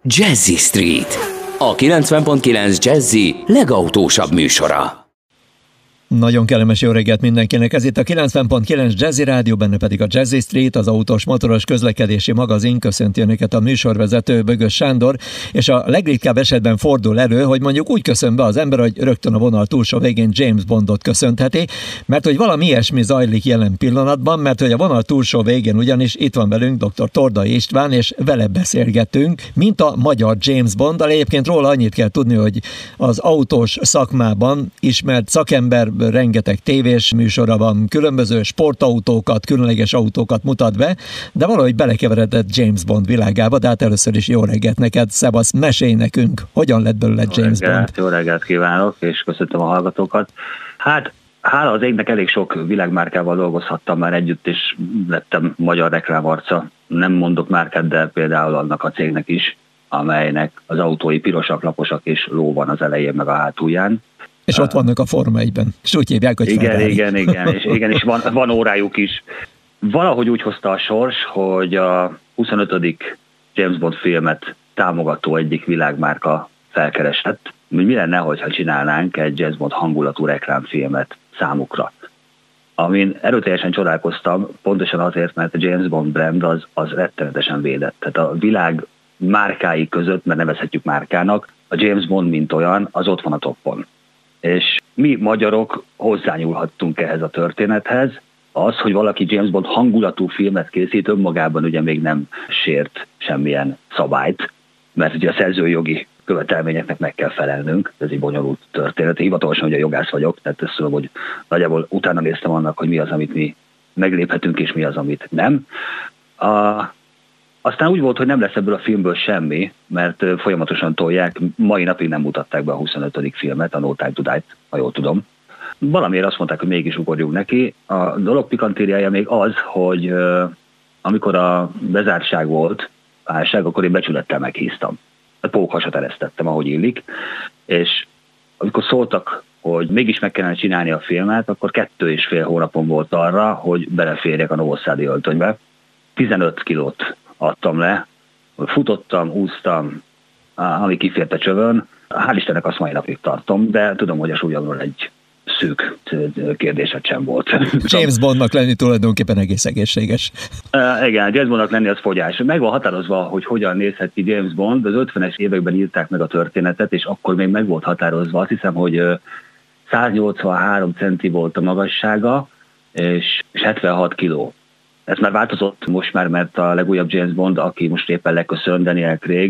Jazzy Street, a 90.9 Jazzy legautósabb műsora. Nagyon kellemes jó reggelt mindenkinek, ez itt a 90.9 Jazzy Rádió, benne pedig a Jazzy Street, az autós motoros közlekedési magazin. Köszönti önöket a műsorvezető, Bögös Sándor, és a legritkább esetben fordul elő, hogy mondjuk úgy köszön be az ember, hogy rögtön a vonal túlsó végén James Bondot köszöntheti, mert hogy valami ilyesmi zajlik jelen pillanatban, mert hogy a vonal túlsó végén ugyanis itt van velünk dr. Tordai István, és vele beszélgetünk, mint a magyar James Bond. Egyébként róla annyit kell tudni, hogy az autós szakmában ismert szakember, rengeteg tévés műsora van, különböző sportautókat, különleges autókat mutat be, de valahogy belekeveredett James Bond világába, de hát először is jó reggelt neked, szevasz, mesélj nekünk, hogyan lett belőle James Bond? Jó reggelt kívánok, és köszöntöm a hallgatókat. Hát, hála az égnek elég sok világmárkával dolgozhattam már együtt, és lettem magyar reklámarca. Nem mondok márkát, de például annak a cégnek is, amelynek az autói pirosak, laposak és ló van az elején meg a hátulján. És ott vannak a Forma 1-ben, és úgy hívják, hogy Igen, és van órájuk is. Valahogy úgy hozta a sors, hogy a 25. James Bond filmet támogató egyik világmárka felkeresett, hogy mi lenne, hogyha csinálnánk egy James Bond hangulatú reklámfilmet számukra. Amin erőteljesen csodálkoztam, pontosan azért, mert a James Bond brand az rettenetesen védett. Tehát a világ márkái között, mert nevezhetjük márkának, a James Bond mint olyan, az ott van a toppon. És mi magyarok hozzányúlhattunk ehhez a történethez. Az, hogy valaki James Bond hangulatú filmet készít, önmagában ugye még nem sért semmilyen szabályt, mert ugye a szerzőjogi követelményeknek meg kell felelnünk, ez egy bonyolult történet. Hivatalosan ugye jogász vagyok, tehát ezt tudom, hogy nagyjából utána néztem annak, hogy mi az, amit mi megléphetünk, és mi az, amit nem. Aztán úgy volt, hogy nem lesz ebből a filmből semmi, mert folyamatosan tolják, mai napig nem mutatták be a 25. filmet, a No Time to Die-t, ha jól tudom. Valamiért azt mondták, hogy mégis ugorjunk neki. A dolog pikantériája még az, hogy amikor a bezártság volt, akkor én becsülettel meghíztam. A pókhasat eresztettem, ahogy illik, és amikor szóltak, hogy mégis meg kellene csinálni a filmet, akkor 2,5 hónapon volt arra, hogy beleférjek a Novoszádi öltönybe. 15 kilót adtam le, futottam, úsztam, ami kifért a csövön. Hál' Istennek azt mai napig tartom, de tudom, hogy a súlyomról egy szűk kérdéset sem volt. James Bondnak lenni tulajdonképpen egész egészséges. Igen, James Bondnak lenni az fogyás. Meg van határozva, hogy hogyan nézhet ki James Bond. Az 50-es években írták meg a történetet, és akkor még meg volt határozva. Azt hiszem, hogy 183 centi volt a magassága, és 76 kiló. Ez már változott most már, mert a legújabb James Bond, aki most éppen leköszön, Daniel Craig,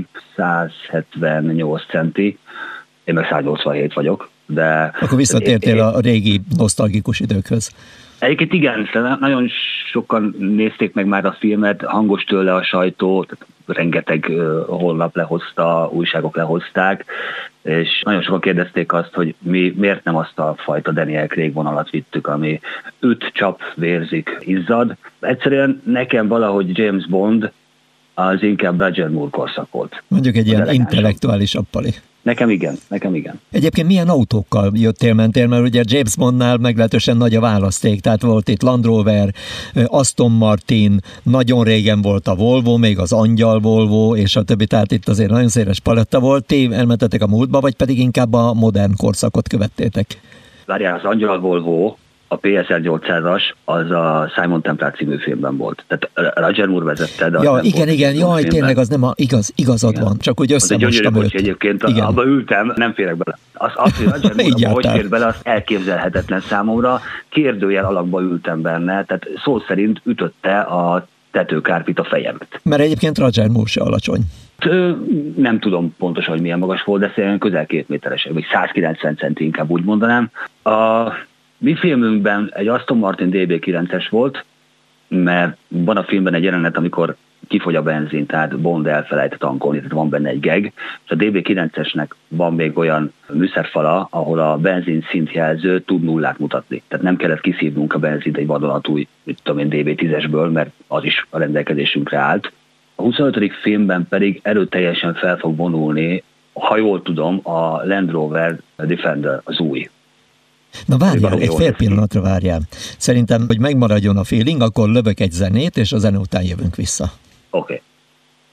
178 centi, én meg 187 vagyok. De akkor visszatértél a régi nosztalgikus időkhöz. Egyébként igen, nagyon sokan nézték meg már a filmet, hangos tőle a sajtó, rengeteg honlap lehozta, újságok lehozták, és nagyon sokan kérdezték azt, hogy mi miért nem azt a fajta Daniel Craig vonalat vittük, ami üt, csap, vérzik, izzad. Egyszerűen nekem valahogy James Bond az inkább Roger Moore korszak volt. Mondjuk egy ilyen intellektuális appali. Nekem igen. Egyébként milyen autókkal mentél, mert ugye James Bondnál meglehetősen nagy a választék, tehát volt itt Land Rover, Aston Martin, nagyon régen volt a Volvo, még az Angyal Volvo, és a többi, tehát itt azért nagyon széles paletta volt. Ti elmentetek a múltba, vagy pedig inkább a modern korszakot követtétek? Várjál, az Angyal Volvo, a PSR 800-as, az a Simon Templar című filmben volt. Tehát Roger Moore vezette, de igen, jaj, tényleg az nem igazad igen. Van, csak úgy összemostam őt. Egyébként abba ültem, nem férek bele. Azt, hogy Roger Moore hogy fér bele, az elképzelhetetlen számomra. Kérdőjel alakba ültem benne, tehát szó szerint ütötte a tetőkárpit a fejemet. Mert egyébként Roger Moore se alacsony. Nem tudom pontosan, hogy milyen magas volt, de szerintem közel 2 méteres, vagy 190 centi inkább úgy mondanám. Mi filmünkben egy Aston Martin DB9-es volt, mert van a filmben egy jelenet, amikor kifogy a benzin, tehát Bond elfelejt tankolni, tehát van benne egy geg, és a DB9-esnek van még olyan műszerfala, ahol a benzin szintjelző tud nullát mutatni. Tehát nem kellett kiszívnunk a benzint egy vadonatúj, DB10-esből, mert az is a rendelkezésünkre állt. A 25. filmben pedig erőteljesen fel fog vonulni, ha jól tudom, a Land Rover Defender, az új. Na várjál, egy fél pillanatra várjál. Szerintem, hogy megmaradjon a feeling, akkor lövök egy zenét, és a zene után jövünk vissza. Oké.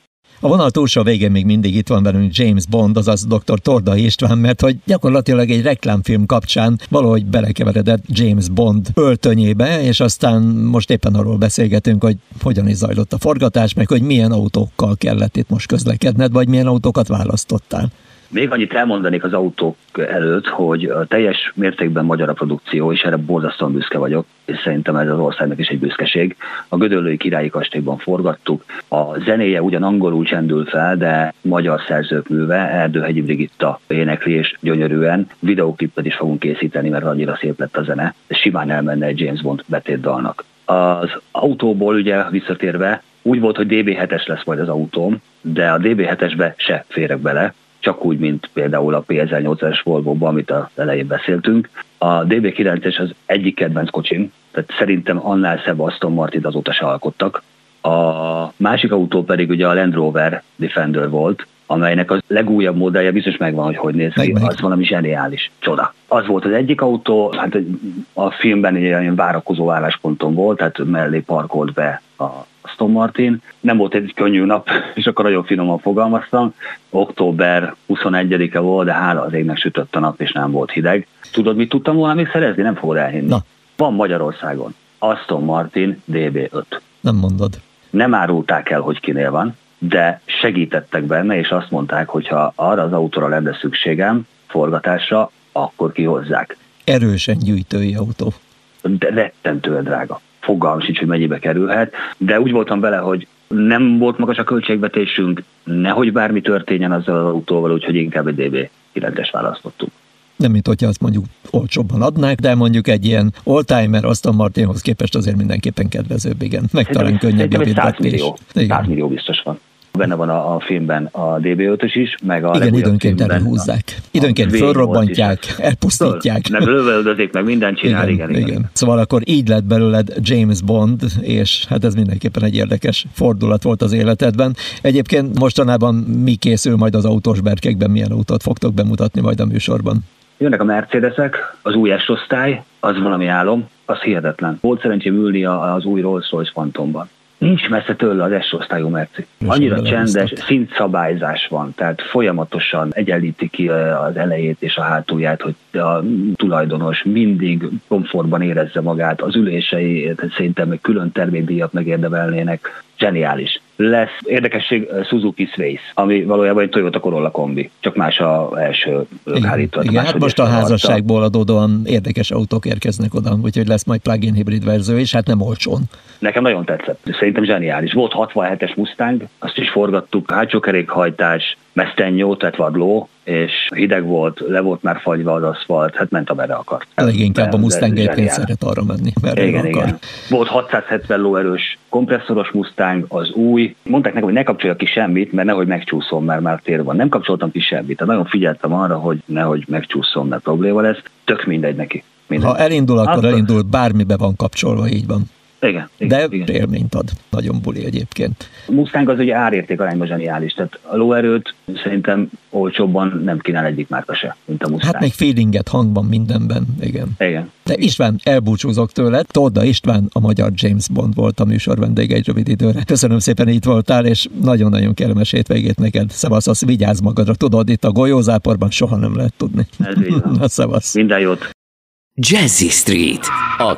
A vonal túlsó végén még mindig itt van velünk James Bond, azaz dr. Tordai István, mert hogy gyakorlatilag egy reklámfilm kapcsán valahogy belekeveredett James Bond öltönyébe, és aztán most éppen arról beszélgetünk, hogy hogyan is zajlott a forgatás, meg hogy milyen autókkal kellett itt most közlekedned, vagy milyen autókat választottál. Még annyit elmondanék az autók előtt, hogy a teljes mértékben magyar a produkció, és erre borzasztóan büszke vagyok, és szerintem ez az országnak is egy büszkeség. A Gödöllői Királyi Kastélyban forgattuk. A zenéje ugyan angolul csendül fel, de magyar szerzők műve, Erdőhegyi Brigitta énekli, és gyönyörűen. Videóklipet is fogunk készíteni, mert annyira szép lett a zene. Simán elmenne egy James Bond betétdalnak. Az autóból ugye visszatérve, úgy volt, hogy DB7-es lesz majd az autóm, de a DB7-esbe se férek bele, csak úgy, mint például a P1800-es Volvo-ban, amit az elején beszéltünk. A DB9-es az egyik kedvenc kocsim, tehát szerintem annál szebb Aston Martin azóta se alkottak. A másik autó pedig ugye a Land Rover Defender volt, amelynek a legújabb modellje biztos megvan, hogy néz ki, az valami zseniális, csoda. Az volt az egyik autó, hát a filmben egy ilyen várakozó állásponton volt, tehát mellé parkolt be a Aston Martin. Nem volt egy könnyű nap, és akkor nagyon finoman fogalmaztam. Október 21-e volt, de hála az égnek sütött a nap, és nem volt hideg. Tudod, mit tudtam volna még szerezni? Nem fogod elhinni. Na. Van Magyarországon Aston Martin DB5. Nem mondod. Nem árulták el, hogy kinél van, de segítettek benne, és azt mondták, hogy ha arra az autóra lenne szükségem forgatásra, akkor kihozzák. Erősen gyűjtői autó. De rettentően drága. Fogalmam sincs, hogy mennyibe kerülhet, de úgy voltam vele, hogy nem volt magas a költségvetésünk, nehogy bármi történjen azzal az autóval, úgyhogy inkább egy DB9-es választottuk. Nem, mint hogyha azt mondjuk olcsóbban adnák, de mondjuk egy ilyen oldtimer Aston Martinhoz képest azért mindenképpen kedvezőbb, igen. Meg talán könnyebb javítgatni. 100 millió biztos van. Benne van a filmben a DB5-ös is, meg a igen, időnként elhúzzák. Időnként fölrobbantják, elpusztítják. Meg lövöldözik, meg mindent csinál, igen. Szóval akkor így lett belőled James Bond, és hát ez mindenképpen egy érdekes fordulat volt az életedben. Egyébként mostanában mi készül majd az autós berkekben, milyen autót fogtok bemutatni majd a műsorban? Jönnek a Mercedesek, az új S-osztály, az valami álom, az hihetetlen. Volt szerencsém ülni az új Rolls-Royce Phantomban. Nincs messze tőle az S-osztályú Merci. Annyira csendes, szintszabályzás van, tehát folyamatosan egyenlíti ki az elejét és a hátulját, hogy a tulajdonos mindig komfortban érezze magát, az ülései szerintem meg külön termékdíjat megérdemelnének. Zseniális. Lesz érdekesség Suzuki Sways, ami valójában egy Toyota Corolla kombi, csak más az első hárító. Igen, hát most a házasságból adódóan érdekes autók érkeznek oda, úgyhogy lesz majd plug-in hibrid verzió is, hát nem olcsón. Nekem nagyon tetszett. Szerintem zseniális. Volt 67-es Mustang, azt is forgattuk, hátsó kerékhajtás, mesztennyó, tehát vadló, és hideg volt, le volt már fagyva az aszfalt, hát ment amerre akart. Leginkább a Mustang egyébként szeret arra menni, merre akar. Igen. Volt 670 lóerős kompresszoros Mustang, az új. Mondták nekem, hogy ne kapcsoljak ki semmit, mert nehogy megcsúszom, mert már tér van. Nem kapcsoltam ki semmit, tehát nagyon figyeltem arra, hogy nehogy megcsúszom, mert probléma lesz. Tök mindegy neki. Ha elindul, akkor elindul, bármibe van kapcsolva, így van. Igen, de élményt ad. Nagyon buli egyébként. A Mustang az ugye árérték arányban zseniális, tehát a lóerőt szerintem olcsóbban nem kínál egyik márka se, mint a Mustang. Hát még feelinget hangban, mindenben, igen. Igen. De István, elbúcsúzok tőled. Tordai István, a magyar James Bond volt a műsor vendége egy rövid időre. Köszönöm szépen, itt voltál, és nagyon-nagyon kellemes hétvégét neked. Szevasz, vigyázz magadra, tudod, itt a golyózáporban soha nem lehet tudni. Ez így van. Na, szevasz. Minden jót. Jazzy Street, a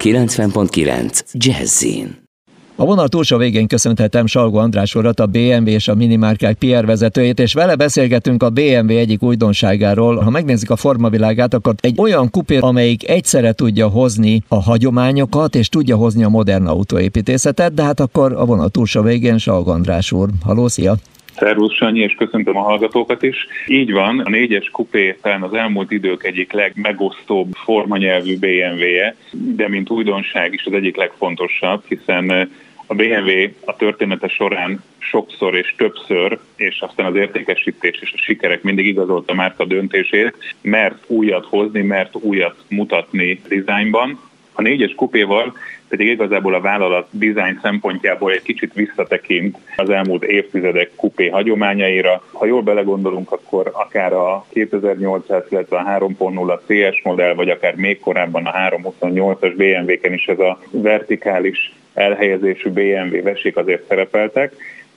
90.9 Jazzin. A vonal túlsó végén köszönhetem Salgó András urat, a BMW és a minimárkák PR vezetőjét, és vele beszélgetünk a BMW egyik újdonságáról. Ha megnézzük a formavilágát, akkor egy olyan kupé, amelyik egyszerre tudja hozni a hagyományokat, és tudja hozni a modern autóépítészetet, de hát akkor a vonal túlsó végén Salgó András úr. Halló, szia! Szervusz, Sanyi, és köszöntöm a hallgatókat is. Így van, a 4-es kupé talán az elmúlt idők egyik legmegosztóbb formanyelvű BMW-je, de mint újdonság is az egyik legfontosabb, hiszen a BMW a története során sokszor és többször, és aztán az értékesítés és a sikerek mindig igazolta a márka döntését, mert újat hozni, mert újat mutatni dizájnban. A 4-es kupéval pedig igazából a vállalat dizájn szempontjából egy kicsit visszatekint az elmúlt évtizedek kupé hagyományaira. Ha jól belegondolunk, akkor akár a 2800, illetve a 3.0 CS modell, vagy akár még korábban a 328-as BMW-ken is ez a vertikális elhelyezésű BMW vesék azért szerepeltek.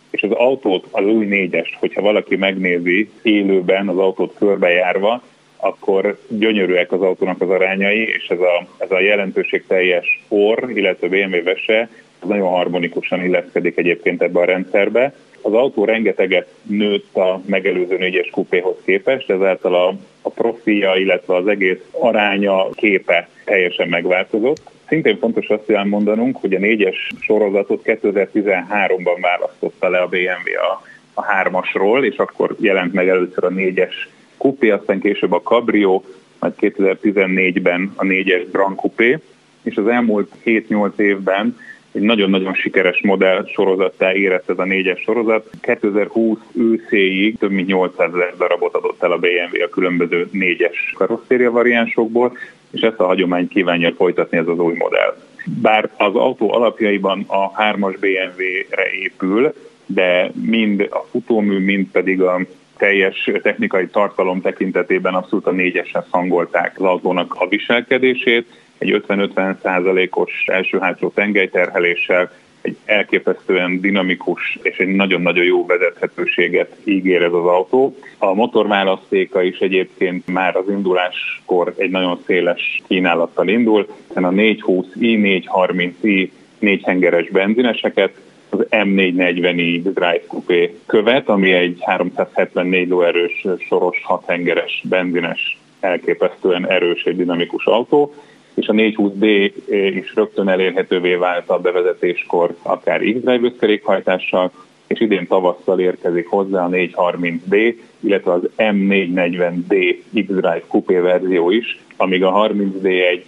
és az autót, az új 4-est, hogyha valaki megnézi élőben az autót körbejárva, akkor gyönyörűek az autónak az arányai, és ez a jelentőségteljes orr, illetve BMW vese, az nagyon harmonikusan illeszkedik egyébként ebbe a rendszerbe. Az autó rengeteget nőtt a megelőző 4-es kupéhoz képest, ezáltal a profilja, illetve az egész aránya, képe teljesen megváltozott. Szintén fontos azt elmondanunk, hogy a 4-es sorozatot 2013-ban választotta le a BMW a 3-asról, és akkor jelent meg először a 4-es kupé, aztán később a Cabrio, majd 2014-ben a 4-es Grand Coupé, és az elmúlt 7-8 évben egy nagyon-nagyon sikeres modell sorozattá érett ez a 4-es sorozat. 2020 őszéig több mint 800 000 darabot adott el a BMW a különböző 4-es karosszéria variánsokból, és ezt a hagyományt kívánja folytatni ez az új modell. Bár az autó alapjaiban a 3-as BMW-re épül, de mind a futómű, mind pedig a teljes technikai tartalom tekintetében abszolút a 4-esen szangolták az autónak a viselkedését, egy 50-50%-os első-hátsó tengelyterheléssel, egy elképesztően dinamikus és egy nagyon-nagyon jó vezethetőséget ígér ez az autó. A motorválasztéka is egyébként már az induláskor egy nagyon széles kínálattal indul, hiszen a 420i, 430i 4-hengeres benzineseket, az M440i Drive Coupé követ, ami egy 374 lóerős soros 6-hengeres benzines, elképesztően erős és dinamikus autó, és a 420D is rögtön elérhetővé vált a bevezetéskor akár X-Drive összkerékhajtással, és idén tavasszal érkezik hozzá a 430D, illetve az M440D X-Drive Coupé verzió is, amíg a 30D egy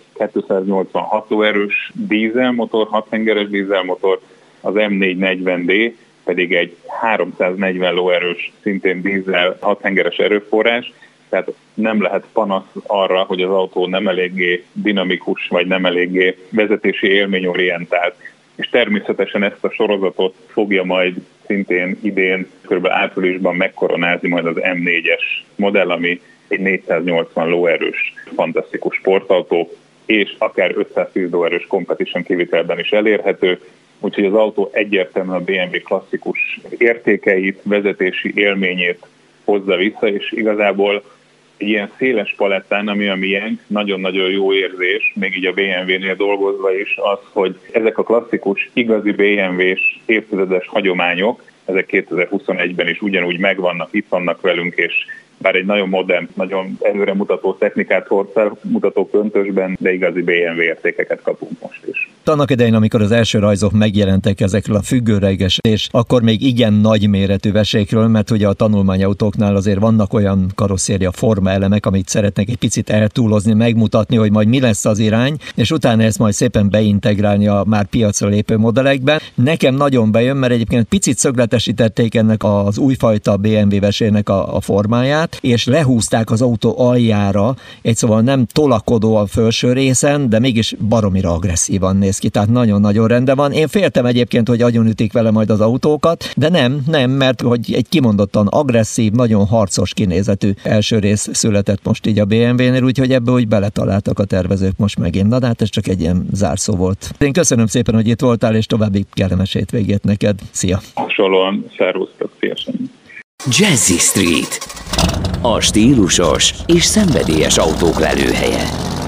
286 lóerős dízelmotor, 6-hengeres dízelmotor, az M440D pedig egy 340 lóerős, szintén dízel 6-hengeres erőforrás, tehát nem lehet panasz arra, hogy az autó nem eléggé dinamikus, vagy nem eléggé vezetési élményorientált. És természetesen ezt a sorozatot fogja majd szintén idén, kb. Áprilisban megkoronázni majd az M4-es modell, ami egy 480 lóerős fantasztikus sportautó, és akár 510 lóerős competition kivitelben is elérhető. Úgyhogy az autó egyértelműen a BMW klasszikus értékeit, vezetési élményét hozza vissza, és igazából egy ilyen széles palettán, ami a miénk, nagyon-nagyon jó érzés, még így a BMW-nél dolgozva is az, hogy ezek a klasszikus, igazi BMW-s évtizedes hagyományok, ezek 2021-ben is ugyanúgy megvannak, itt vannak velünk, és bár egy nagyon modern, nagyon előremutató technikát mutató köntösben, de igazi BMW értékeket kapunk most is. Annak idején, amikor az első rajzok megjelentek ezekről a függőreges, és akkor még igen nagy méretű vesékről, mert ugye a tanulmányautóknál azért vannak olyan karosszéria formaelemek, amit szeretnek egy picit eltúlozni, megmutatni, hogy majd mi lesz az irány, és utána ezt majd szépen beintegrálni a már piacra lépő modellekben. Nekem nagyon bejön, mert egyébként picit szögletesítették ennek az újfajta BMW vesének a formáját, és lehúzták az autó aljára, egy szóval nem tolakodó a felső részen, de mégis baromira agresszívan néz ki, tehát nagyon-nagyon rendben van. Én féltem egyébként, hogy agyonütik vele majd az autókat, de nem, mert hogy egy kimondottan agresszív, nagyon harcos kinézetű első rész született most így a BMW-nél, úgyhogy ebből úgy beletaláltak a tervezők most megint. Na, de hát ez csak egy ilyen zárszó volt. Én köszönöm szépen, hogy itt voltál, és további kellemes hétvégét neked. Szia! Hasonlóan, szervusztok, szívesen! Jazzy Street, a stílusos és szenvedélyes autók lelőhelye.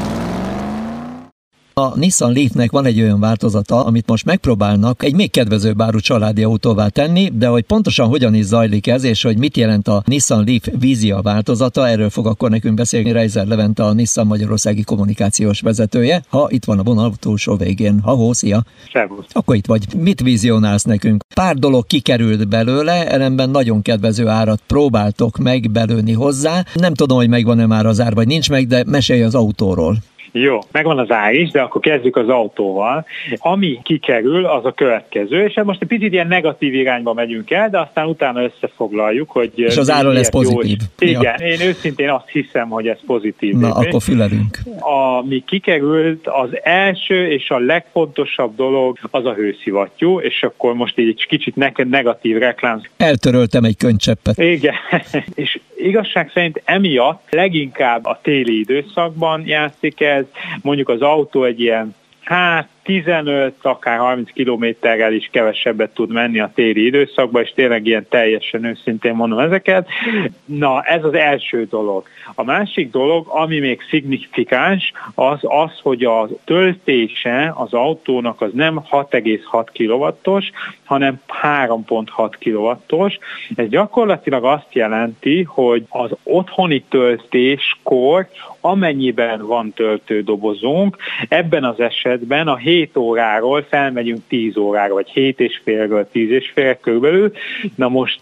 A Nissan Leafnek van egy olyan változata, amit most megpróbálnak egy még kedvezőbb áru családi autóvá tenni, de hogy pontosan hogyan is zajlik ez, és hogy mit jelent a Nissan Leaf vízia változata, erről fog akkor nekünk beszélni Reiser Levente, a Nissan magyarországi kommunikációs vezetője. Ha itt van a vonal utolsó végén. Szia! Szervusz! Akkor itt vagy. Mit vizionálsz nekünk? Pár dolog kikerült belőle, ellenben nagyon kedvező árat próbáltok meg belőni hozzá. Nem tudom, hogy megvan-e már az ár, vagy nincs meg, de mesélj az autóról. Jó, megvan az ár is, de akkor kezdjük az autóval. Ami kikerül, az a következő, és most egy picit ilyen negatív irányba megyünk el, de aztán utána összefoglaljuk, hogy... És az ára lesz pozitív. Igen, én őszintén azt hiszem, hogy ez pozitív. Na, akkor fülelünk. Ami kikerült, az első és a legfontosabb dolog az a hőszivattyú, és akkor most így egy kicsit neked negatív reklám. Eltöröltem egy könycseppet. Igen, és igazság szerint emiatt leginkább a téli időszakban játszik ez, mondjuk az autó egy ilyen 15, akár 30 kilométerrel is kevesebbet tud menni a téli időszakban, és tényleg ilyen teljesen őszintén mondom ezeket. Na, ez az első dolog. A másik dolog, ami még szignifikáns, az, hogy a töltése az autónak az nem 6,6 kW-os, hanem 3,6 kW-os. Ez gyakorlatilag azt jelenti, hogy az otthoni töltéskor, amennyiben van töltődobozunk, ebben az esetben a 7 óráról felmegyünk 10 órára, vagy 7,5-ről 10,5 körülbelül. Na most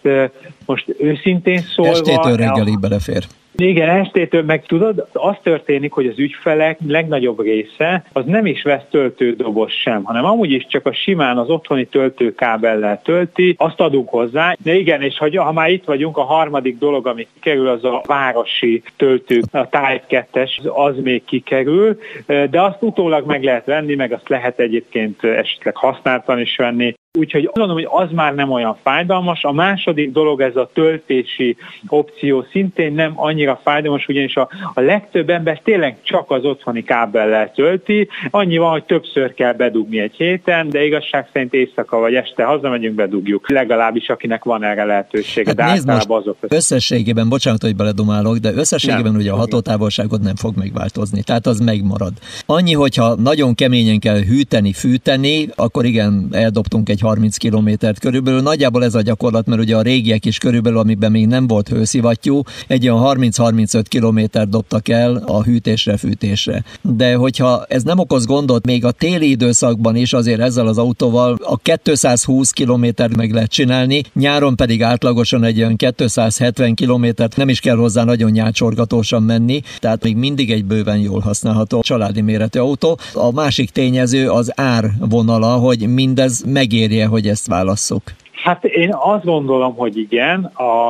őszintén szólva... Estétől reggelig belefér. Igen, estétől meg tudod, az történik, hogy az ügyfelek legnagyobb része az nem is vesz töltődoboz sem, hanem amúgy is csak a simán az otthoni töltőkábellel tölti, azt adunk hozzá. De igen, és ha már itt vagyunk, a harmadik dolog, ami kikerül, az a városi töltő, a Type 2-es, az még kikerül, de azt utólag meg lehet venni, meg azt lehet egyébként esetleg használtan is venni. Úgyhogy azt mondom, hogy az már nem olyan fájdalmas. A második dolog, ez a töltési opció szintén nem annyira fájdalmas, ugyanis a legtöbb ember tényleg csak az otthoni kábellel tölti. Annyi van, hogy többször kell bedugni egy héten, de igazság szerint éjszaka vagy este hazamegyünk, bedugjuk. Legalábbis akinek van erre lehetősége. Hát nézd most, összességében, bocsánat, hogy beledomálok, de összességében ugye a hatótávolságot nem fog megváltozni, tehát az megmarad. Annyi, hogyha nagyon keményen kell hűteni, fűteni, akkor igen, eldobtunk egy 30 kilométert körülbelül. Nagyjából ez a gyakorlat, mert ugye a régiek is körülbelül, amiben még nem volt hőszivattyú, egy olyan 30-35 kilométert dobtak el a hűtésre, fűtésre. De hogyha ez nem okoz gondot, még a téli időszakban is azért ezzel az autóval a 220 kilométert meg lehet csinálni, nyáron pedig átlagosan egy olyan 270 kilométert, nem is kell hozzá nagyon nyácsorgatósan menni, tehát még mindig egy bőven jól használható családi méretű autó. A másik tényező az árvonala, hogy mindez megéri, hogy ezt válasszuk. Hát én azt gondolom, hogy igen.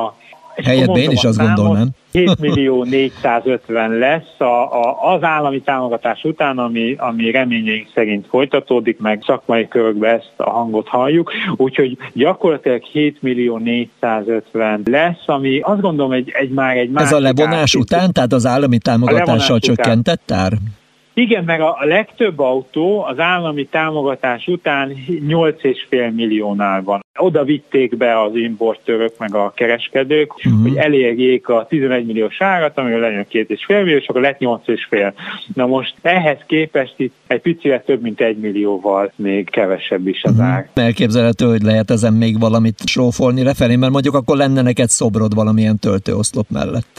Helyett én is azt gondolnám. 7.450.000 lesz az állami támogatás után, ami reményeink szerint folytatódik, meg szakmai körökben ezt a hangot halljuk. Úgyhogy gyakorlatilag 7.450.000 lesz, ami azt gondolom egy másik. Ez a levonás után, tehát az állami támogatással csökkentett ár? Igen, meg a legtöbb autó az állami támogatás után 8,5 milliónál van. Oda vitték be az importőrök meg a kereskedők, hogy elérjék a 11 milliós árat, amiről legyen 2,5 millió, és akkor lett 8,5. Na most ehhez képest itt egy picivel több mint 1 millióval még kevesebb is az ár. Elképzelhető, hogy lehet ezen még valamit srófolni lefelé, mert mondjuk akkor lenne neked szobrod valamilyen töltőoszlop mellett.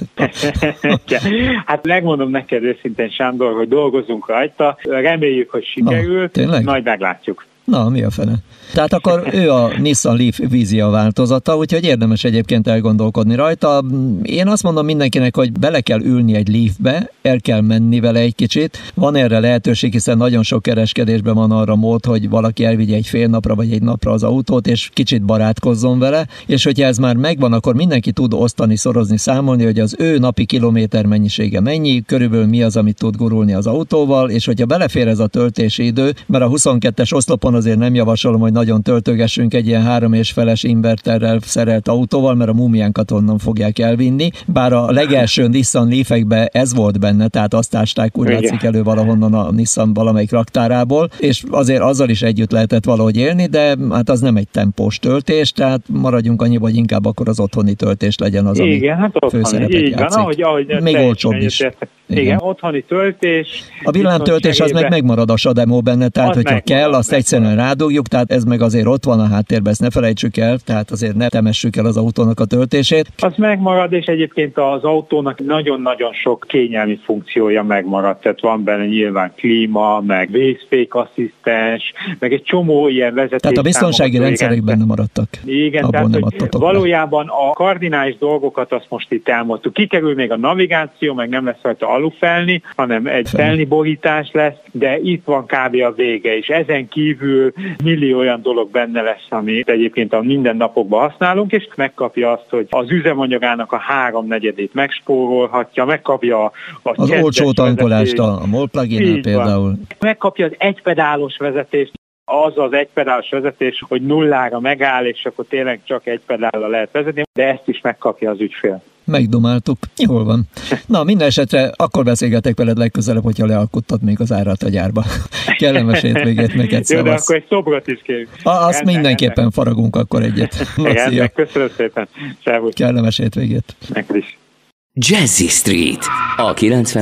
Hát megmondom neked őszintén, Sándor, hogy dolgozunk rajta, reméljük, hogy sikerül, majd meglátjuk. Na, mi a fene? Tehát akkor ő a Nissan Leaf Vizia változata, úgyhogy érdemes egyébként elgondolkodni rajta. Én azt mondom mindenkinek, hogy bele kell ülni egy Leafbe, el kell menni vele egy kicsit. Van erre lehetőség, hiszen nagyon sok kereskedésben van arra mód, hogy valaki elvigye egy fél napra vagy egy napra az autót, és kicsit barátkozzon vele, és hogyha ez már megvan, akkor mindenki tud osztani, szorozni, számolni, hogy az ő napi kilométer mennyisége mennyi, körülbelül mi az, amit tud gurulni az autóval, és hogyha belefér ez a töltési idő, mert a 22-es oszlopon azért nem javasolom, hogy nagyon töltögessünk egy ilyen 3,5-es inverterrel szerelt autóval, mert a múmiánkat onnan fogják elvinni. Bár a legelső Nissan Leaf-ekben ez volt benne, tehát azt ásták úgy látszik elő valahonnan a Nissan valamelyik raktárából, és azért azzal is együtt lehetett valahogy élni, de hát az nem egy tempós töltés, tehát maradjunk annyiba, hogy inkább akkor az otthoni töltés legyen az, ami főszerepet játszik. Még olcsóbb is. Igen, otthoni töltés. A villámtöltés az meg megmarad a Sademo benne, tehát hogyha kell, azt egyszerűen rádugjuk, tehát ez meg azért ott van a háttérben, ezt ne felejtsük el, tehát azért ne temessük el az autónak a töltését. Az megmarad, és egyébként az autónak nagyon-nagyon sok kényelmi funkciója megmarad, tehát van benne nyilván klíma, meg vészfékasszisztens, meg egy csomó ilyen vezetés. Tehát a biztonsági rendszerek benne maradtak. Igen, tehát hogy valójában a kardinális dolgokat azt most itt elmondtuk. Kikerül még a navigáció, meg nem lesz rajta alufelni, hanem egy felni borítás lesz, de itt van kb. A vége, és ezen kívül millió olyan dolog benne lesz, amit egyébként a mindennapokban használunk, és megkapja azt, hogy az üzemanyagának a 3/4 megspórolhatja, megkapja az olcsó tankolást a MOL plugin például. Megkapja az egypedálos vezetést, az egypedálos vezetés, hogy nullára megáll, és akkor tényleg csak egy pedállal lehet vezetni, de ezt is megkapja az ügyfél. Megdomáltuk. Jól van. Na, minden esetre akkor beszélgetek veled legközelebb, hogyha lealkottad még az árat a gyárba. Kellemes hétvégét neked, Jó, de szevasz. akkor egy szobrot is kérjük. Azt mindenképpen faragunk akkor egyet. Igen, köszönöm szépen. Szervusz. Kellemes hétvégét. Neked is. Jazzy Street, a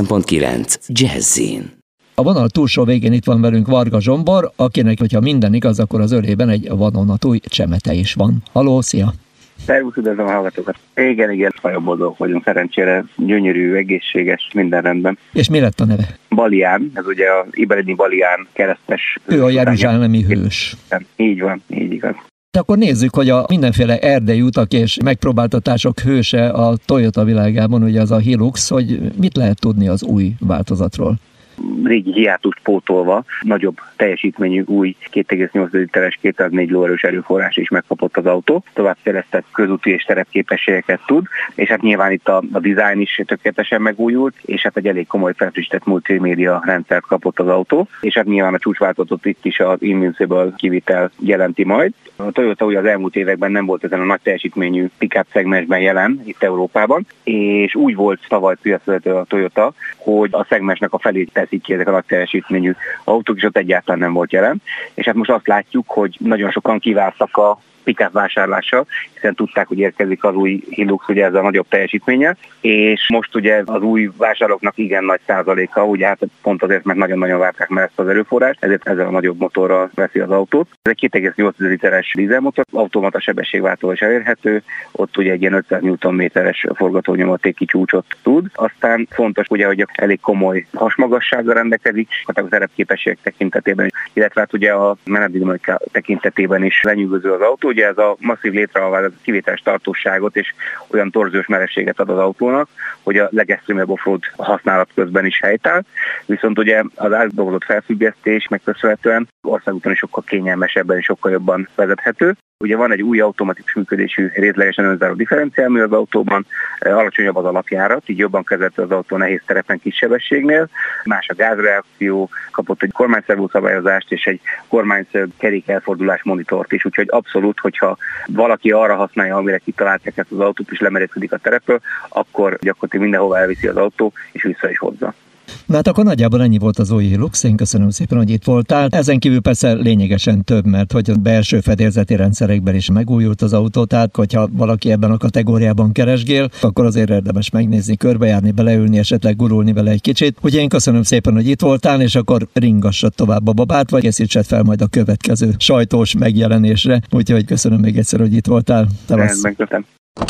90.9 Jazzin. A vonal túlsó végén itt van velünk Varga Zsombor, akinek, hogyha minden igaz, akkor az ölében egy vadonatúj csemete is van. Haló, szia! Szervusz, üdvözlöm a hallgatókat. Igen, nagyon boldog vagyunk, szerencsére gyönyörű, egészséges, minden rendben. És mi lett a neve? Balián, ez ugye az Iberidi Balián keresztes. Ő a jeruzsálemi hős. Így van, így igaz. De akkor nézzük, hogy a mindenféle erdei utak és megpróbáltatások hőse a Toyota világában, ugye az a Hilux, hogy mit lehet tudni az új változatról? Régi hiátust pótolva nagyobb teljesítményű új 2,8 literes 204 lóerős erőforrás is megkapott az autó. Továbbfejlesztett közúti és terepképességeket tud, és hát nyilván itt a design is tökéletesen megújult, és hát egy elég komoly felfrissített multimédia rendszert kapott az autó, és hát nyilván a csúcsváltozatot itt is az Invincible kivitel jelenti majd. A Toyota ugye az elmúlt években nem volt ezen a nagy teljesítményű pick-up szegmensben jelen itt Európában, és úgy volt tavaly piacvezető a Toyota, hogy a szegmensnek a felét teszik ki ezek a nagy teljesítményű autók, és ott egyáltalán nem volt jelen. És hát most azt látjuk, hogy nagyon sokan kiváltak a pick-up vásárlása, hiszen tudták, hogy érkezik az új Hilux, ugye ez a nagyobb teljesítménye, és most ugye az új vásárlóknak igen nagy százaléka, ugye hát pont azért, mert nagyon-nagyon várták meg ezt az erőforrást, ezért ezzel a nagyobb motorral veszi az autót. Ez egy 2,8 literes dízelmotor, automata sebességváltó is elérhető, ott ugye egy ilyen 500 Nm-es forgatónyomatéki csúcsot tud. Aztán fontos ugye, hogy elég komoly hasmagassággal rendelkezik, a terepképességek tekintetében, illetve hát ugye a menetdinamika tekintetében is lenyűgöző az autó. Ugye ez a masszív létrealvás kivételes tartóságot és olyan torziós merességet ad az autónak, hogy a legextrémebb offroad használat közben is helytáll. Viszont ugye az átdolgozott felfüggesztés megköszönhetően országúton is sokkal kényelmesebben és sokkal jobban vezethető. Ugye van egy új automatikus működésű részlegesen önzáró differenciálmű az autóban, alacsonyabb az alapjárat, így jobban kezelhető az autó nehéz terepen kis sebességnél. Más a gázreakció, kapott egy kormányszervó szabályozást és egy kormányszerv kerékelfordulás monitort is, úgyhogy abszolút, hogyha valaki arra használja, amire kitalálták ezt az autót és lemerészkedik a terepről, akkor gyakorlatilag mindenhova elviszi az autó és vissza is hozza. Na hát akkor nagyjából ennyi volt az új Hilux, én köszönöm szépen, hogy itt voltál. Ezen kívül persze lényegesen több, mert hogy a belső fedélzeti rendszerekben is megújult az autó, tehát hogyha valaki ebben a kategóriában keresgél, akkor azért érdemes megnézni, körbejárni, beleülni, esetleg gurulni vele egy kicsit. Ugye én köszönöm szépen, hogy itt voltál, és akkor ringassad tovább a babát, vagy készítsed fel majd a következő sajtós megjelenésre. Úgyhogy köszönöm még egyszer, hogy itt voltál. Megköszönöm.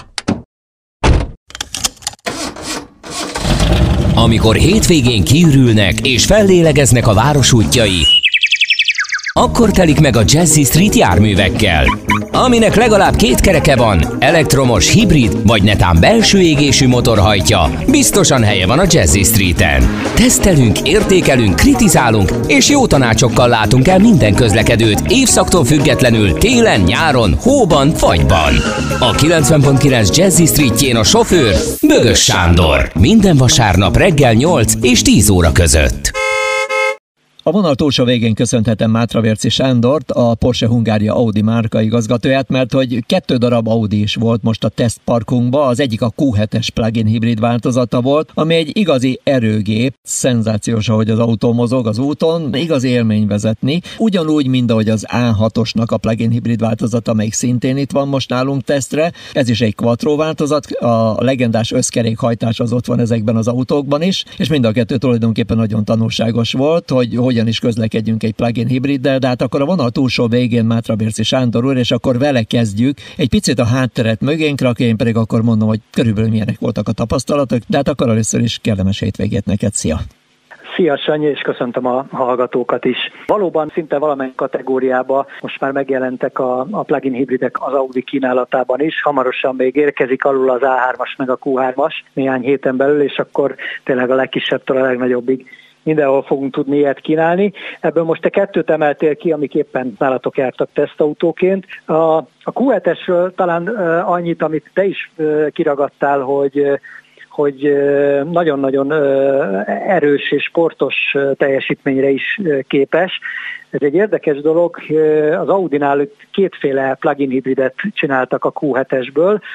Amikor hétvégén kiürülnek és fellélegeznek a város útjai, akkor telik meg a Jazzy Street járművekkel. Aminek legalább 2 kereke van, elektromos, hibrid vagy netán belső égésű motor hajtja, biztosan helye van a Jazzy Streeten. Tesztelünk, értékelünk, kritizálunk és jó tanácsokkal látunk el minden közlekedőt évszaktól függetlenül, télen, nyáron, hóban, fagyban. A 90.9 Jazzy Streetjén a sofőr Bögös Sándor. Minden vasárnap reggel 8 és 10 óra között. A vonal túlsó végén köszönhetem Mátravérci Sándort, a Porsche Hungária Audi márka igazgatóját, mert hogy 2 darab Audi is volt most a tesztparkunkban, az egyik a Q7-es plug-in hibrid változata volt, ami egy igazi erőgép, szenzációs, ahogy az autó mozog az úton, igazi élmény vezetni, ugyanúgy, mint ahogy az A6-osnak a plug-in hibrid változata, amelyik szintén itt van most nálunk tesztre, ez is egy quattro változat, a legendás összkerékhajtás az ott van ezekben az autókban is, és mind a 2 tulajdonképpen nagyon tanulságos volt, hogy hogyan is közlekedjünk egy plug-in hibriddel, de hát akkor a vonal túlsó végén Mátravérci Sándor úr, és akkor vele kezdjük. Egy picit a hátteret mögénk rakja, én pedig akkor mondom, hogy körülbelül milyenek voltak a tapasztalatok, de hát akkor először is kellemes hétvégét neked, szia! Szia Sanyi, és köszöntöm a hallgatókat is. Valóban szinte valamennyi kategóriában most már megjelentek a plug-in hibridek az Audi kínálatában is. Hamarosan még érkezik alul az A3-as meg a Q3-as néhány héten belül, és akkor tényleg a legkisebbtől a legnagyobbig mindenhol fogunk tudni ilyet kínálni. Ebből most te 2 emeltél ki, amik éppen nálatok jártak tesztautóként. A Q7-esről talán annyit, amit te is kiragadtál, hogy nagyon-nagyon erős és sportos teljesítményre is képes. Ez egy érdekes dolog, az Audinál 2 plug-in hibridet csináltak a Q7-esből.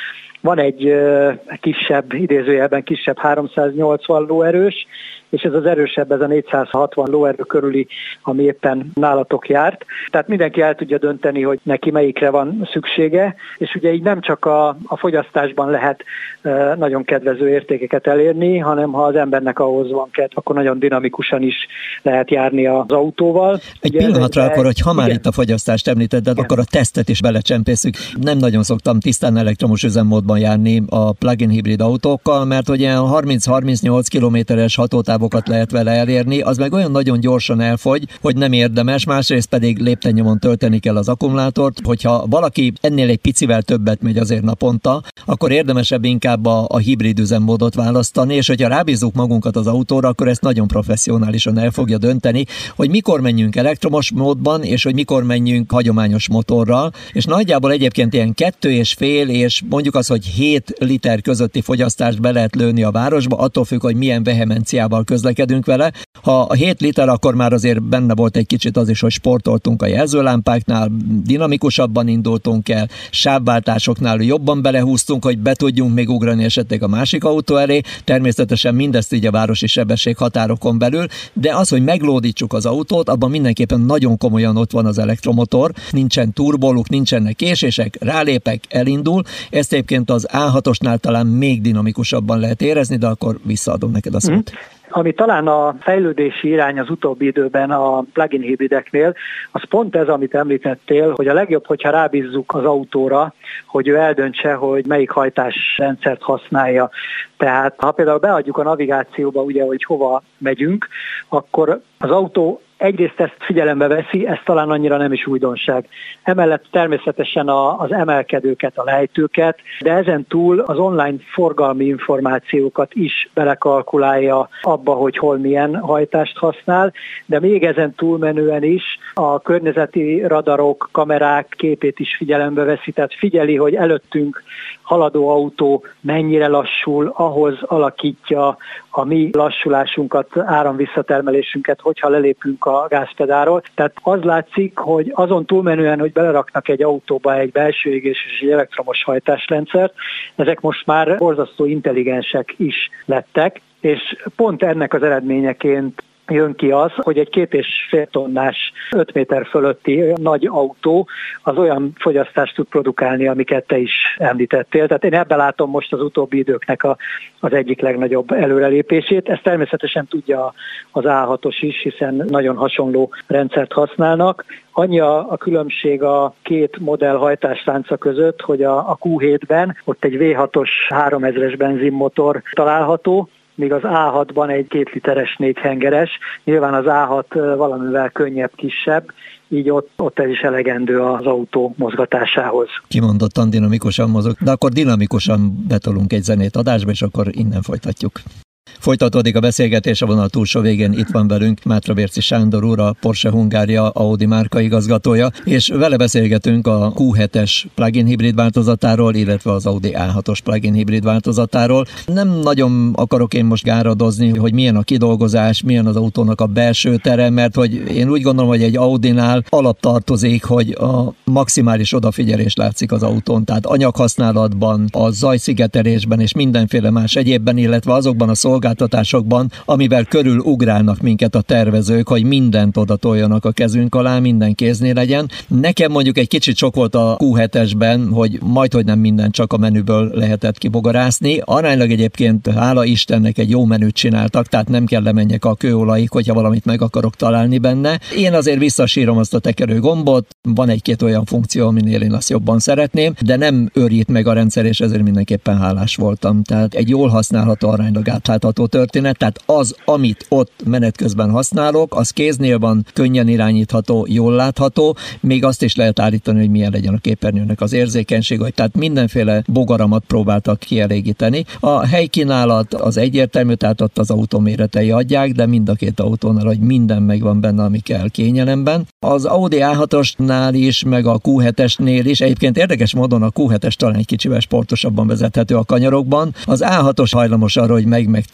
van egy kisebb, idézőjelben kisebb 380 lóerős, és ez az erősebb, ez a 460 lóerő körüli, ami éppen nálatok járt. Tehát mindenki el tudja dönteni, hogy neki melyikre van szüksége, és ugye így nem csak a fogyasztásban lehet nagyon kedvező értékeket elérni, hanem ha az embernek ahhoz van kedv, akkor nagyon dinamikusan is lehet járni az autóval. Egy ugye pillanatra akkor, hogy ha már itt a fogyasztást említetted, akkor a tesztet is belecsempészük. Nem nagyon szoktam tisztán elektromos üzemmódban járni a plug-in hibrid autókkal, mert ugye 30-38 kilométeres hatótávokat lehet vele elérni, az meg olyan nagyon gyorsan elfogy, hogy nem érdemes, másrészt pedig léptennyomon tölteni kell az akkumulátort. Hogyha valaki ennél egy picivel többet megy azért naponta, akkor érdemesebb inkább a hibrid üzemmódot választani, és hogyha rábízzuk magunkat az autóra, akkor ezt nagyon professzionálisan el fogja dönteni, hogy mikor menjünk elektromos módban, és hogy mikor menjünk hagyományos motorral, és nagyjából egyébként ilyen 2,5 és mondjuk az, hogy 7 liter közötti fogyasztást be lehet lőni a városba, attól függ, hogy milyen vehemenciával közlekedünk vele. Ha a 7 liter, akkor már azért benne volt egy kicsit az is, hogy sportoltunk a jelzőlámpáknál, dinamikusabban indultunk el, sávváltásoknál jobban belehúztunk, hogy be tudjunk még ugrani esetleg a másik autó elé, természetesen mindezt így a városi sebesség határokon belül, de az, hogy meglódítsuk az autót, abban mindenképpen nagyon komolyan ott van az elektromotor, nincsen turboluk, nincsenek késések, rálépek, elindul. Ezt egyébként az A6-osnál talán még dinamikusabban lehet érezni, de akkor visszaadom neked a szót. Ami talán a fejlődési irány az utóbbi időben a plug-in hibrideknél, az pont ez, amit említettél, hogy a legjobb, hogyha rábízzuk az autóra, hogy ő eldöntse, hogy melyik hajtásrendszert használja. Tehát ha például beadjuk a navigációba, ugye, hogy hova megyünk, akkor az autó egyrészt ezt figyelembe veszi, ez talán annyira nem is újdonság. Emellett természetesen az emelkedőket, a lejtőket, de ezen túl az online forgalmi információkat is belekalkulálja abba, hogy hol milyen hajtást használ, de még ezen túlmenően is a környezeti radarok, kamerák képét is figyelembe veszi, tehát figyeli, hogy előttünk haladó autó mennyire lassul, ahhoz alakítja a mi lassulásunkat, áramvisszatermelésünket, hogyha lelépünk a gázpedáról. Tehát az látszik, hogy azon túlmenően, hogy beleraknak egy autóba egy belső égés és egy elektromos hajtásrendszert, ezek most már borzasztó intelligensek is lettek, és pont ennek az eredményeként jön ki az, hogy egy 2,5 tonnás 5 méter fölötti nagy autó az olyan fogyasztást tud produkálni, amiket te is említettél. Tehát én ebben látom most az utóbbi időknek az egyik legnagyobb előrelépését. Ezt természetesen tudja az A6-os is, hiszen nagyon hasonló rendszert használnak. Annyi a különbség a két modell hajtáslánca között, hogy a Q7-ben ott egy V6-os 3000-es benzinmotor található, míg az A6-ban egy 2 literes 4 hengeres, nyilván az A6 valamivel könnyebb, kisebb, így ott ez is elegendő az autó mozgatásához. Kimondottan dinamikusan mozog, de akkor dinamikusan betolunk egy zenét adásba, és akkor innen folytatjuk. Folytatódik a beszélgetés, a vonal túlsó végén itt van velünk Mátravérci Sándor úr, a Porsche Hungária Audi márka igazgatója, és vele beszélgetünk a Q7-es plug-in hibrid változatáról, illetve az Audi A6-os plug-in hibrid változatáról. Nem nagyon akarok én most gáradozni, hogy milyen a kidolgozás, milyen az autónak a belső tere, mert hogy én úgy gondolom, hogy egy Audinál alaptartozik, hogy a maximális odafigyelés látszik az autón, tehát anyaghasználatban, a zajszigetelésben és mindenféle más egyébben, illetve azokban a szolgáltatásokban, amivel körül ugrálnak minket a tervezők, hogy mindent oda toljanak a kezünk alá, minden kéznél legyen. Nekem mondjuk egy kicsit sok volt a Q7-esben, hogy majdhogy nem mindent csak a menüből lehetett kibogarászni. Aránylag egyébként hála Istennek egy jó menüt csináltak, tehát nem kell lemenjek a kőolajig, hogyha valamit meg akarok találni benne. Én azért visszasírom azt a tekerő gombot, van egy-két olyan funkció, aminél én azt jobban szeretném, de nem őrít meg a rendszer, és ezért mindenképpen hálás voltam. Tehát egy jól használható, aránylag átlátható történet, tehát az, amit ott menet közben használok, az kéznél van, könnyen irányítható, jól látható, még azt is lehet állítani, hogy milyen legyen a képernyőnek az érzékenység, hogy tehát mindenféle bogaramat próbáltak kielégíteni. A helykínálat az egyértelmű, tehát ott az autó méretei adják, de mind a két autónál, hogy minden megvan benne, ami kell kényelemben. Az Audi A6-osnál is, meg a Q7-esnél is, egyébként érdekes módon a Q7-es talán egy kicsivel sportosabban vezethető a kanyarokban. Az A6-os hajlamos arra, hogy meg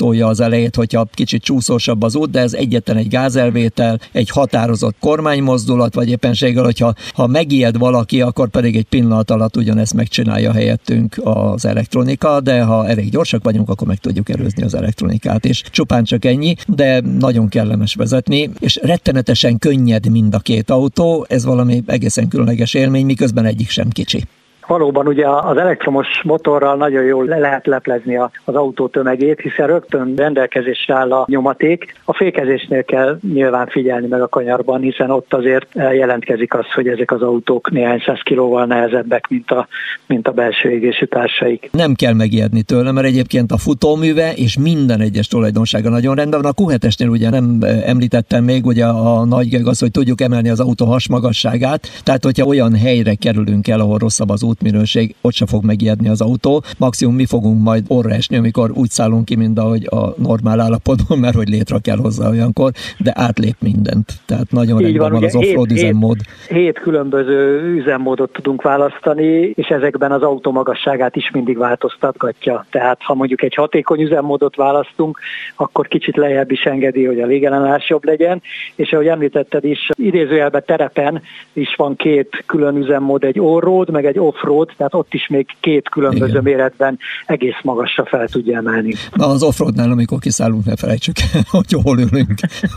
megtolja az elejét, hogyha kicsit csúszósabb az út, de ez egyetlen egy gázelvétel, egy határozott kormánymozdulat, vagy éppenséggel, hogyha megijed valaki, akkor pedig egy pillanat alatt ugyanezt megcsinálja helyettünk az elektronika, de ha elég gyorsak vagyunk, akkor meg tudjuk előzni az elektronikát is. Csupán csak ennyi, de nagyon kellemes vezetni, és rettenetesen könnyed mind a két autó, ez valami egészen különleges élmény, miközben egyik sem kicsi. Valóban ugye az elektromos motorral nagyon jól le lehet leplezni az autó tömegét, hiszen rögtön rendelkezésre áll a nyomaték. A fékezésnél kell nyilván figyelni meg a kanyarban, hiszen ott azért jelentkezik az, hogy ezek az autók néhány 100 kilóval nehezebbek, mint a belső égésű társaik. Nem kell megijedni tőle, mert egyébként a futóműve és minden egyes tulajdonsága nagyon rendben van. A Q7-esnél ugye nem említettem még, ugye a nagy geg az, hogy tudjuk emelni az autó hasmagasságát, tehát hogyha olyan helyre kerülünk el, ahol rosszabb az útminőség, ott se fog megijedni az autó. Maximum mi fogunk majd orra esni, amikor úgy szállunk ki, mint ahogy a normál állapotban, mert hogy létre kell hozzá olyankor, de átlép mindent. Tehát nagyon rendben van az off-road üzemmód. 7 különböző üzemmódot tudunk választani, és ezekben az autó magasságát is mindig változtatgatja. Tehát ha mondjuk egy hatékony üzemmódot választunk, akkor kicsit lejjebb is engedi, hogy a légellenállás jobb legyen, és ahogy említetted is, idézőjelben terepen is van 2 külön üzemmód, egy on-road, meg egy off-road, tehát ott is még 2 különböző méretben egész magasra fel tudja emelni. Na, az off-roadnál, amikor kiszállunk, ne felejtsük el, hogy hol ülünk.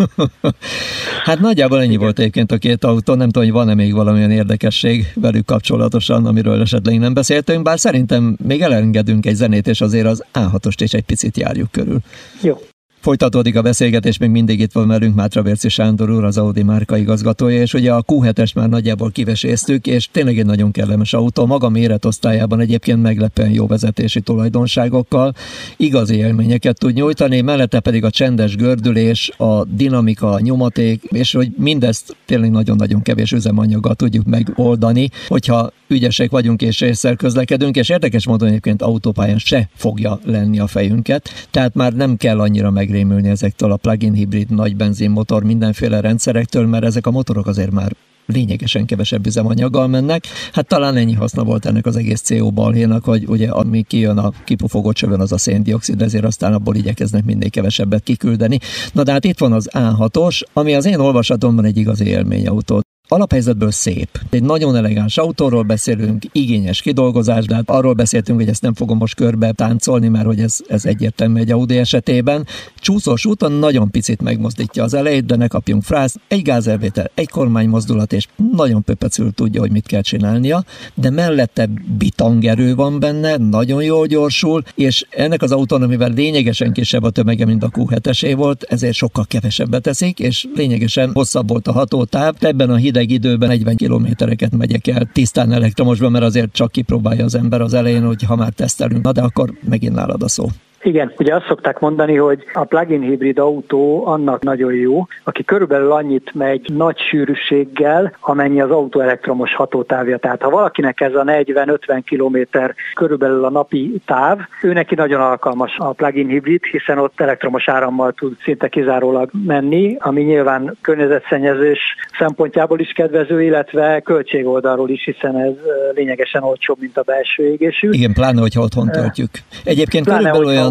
Hát nagyjából ennyi volt egyébként a 2 autó, nem tudom, hogy van-e még valamilyen érdekesség velük kapcsolatosan, amiről esetleg nem beszéltünk, bár szerintem még elengedünk egy zenét, és azért az A6-ost is egy picit járjuk körül. Jó. Folytatódik a beszélgetés, még mindig itt van velünk Mátravérczy Sándor úr, az Audi márka igazgatója, és ugye a Q7-est már nagyjából kiveséztük, és tényleg egy nagyon kellemes autó, maga méretosztályában egyébként meglepően jó vezetési tulajdonságokkal, igazi élményeket tud nyújtani, mellette pedig a csendes gördülés, a dinamika, a nyomaték, és hogy mindezt tényleg nagyon-nagyon kevés üzemanyaggal tudjuk megoldani, hogyha ügyesek vagyunk és észszel közlekedünk, és érdekes módon egyébként autópályán se fogja lenni a fejünket, tehát már nem kell annyira megrémülni ezektől a plug-in hibrid, nagy benzinmotor, mindenféle rendszerektől, mert ezek a motorok azért már lényegesen kevesebb üzemanyaggal mennek. Hát talán ennyi haszna volt ennek az egész CO balhénak, hogy ugye ami kijön a kipufogott csövön, az a széndioxid, ezért aztán abból igyekeznek minél kevesebbet kiküldeni. Na de hát itt van az A6-os, ami az én olvasatomban egy igazi élményautó. Alaphelyzetből szép. Egy nagyon elegáns autóról beszélünk, igényes kidolgozás, de hát arról beszéltünk, hogy ezt nem fogom most körbe táncolni, mert hogy ez egyértelmű egy Audi esetében. Csúszós úton nagyon picit megmozdítja az elejét, de ne kapjunk frászt. Egy gázelvétel, egy kormánymozdulat, és nagyon pöpecül tudja, hogy mit kell csinálnia, de mellette bitangerő van benne, nagyon jól gyorsul, és ennek az autónak, mivel lényegesen kisebb a tömege, mint a Q7-esé volt, ezért sokkal kevesebbet teszik, és lényegesen hosszabb volt a hatótáv. Ebben a hideg időben 40 kilométereket megyek el tisztán elektromosban, mert azért csak kipróbálja az ember az elején, hogy ha már tesztelünk, na de akkor megint nálad a szó. Igen, ugye azt szokták mondani, hogy a plug-in hibrid autó annak nagyon jó, aki körülbelül annyit megy nagy sűrűséggel, amennyi az autó elektromos hatótávja. Tehát ha valakinek ez a 40-50 kilométer körülbelül a napi táv, ő neki nagyon alkalmas a plug-in hibrid, hiszen ott elektromos árammal tud szinte kizárólag menni, ami nyilván környezetszennyezés szempontjából is kedvező, illetve költségoldalról is, hiszen ez lényegesen olcsóbb, mint a belső égésű. Igen, pláne, hogyha otthon töltjük. Egyébként körülbelül olyan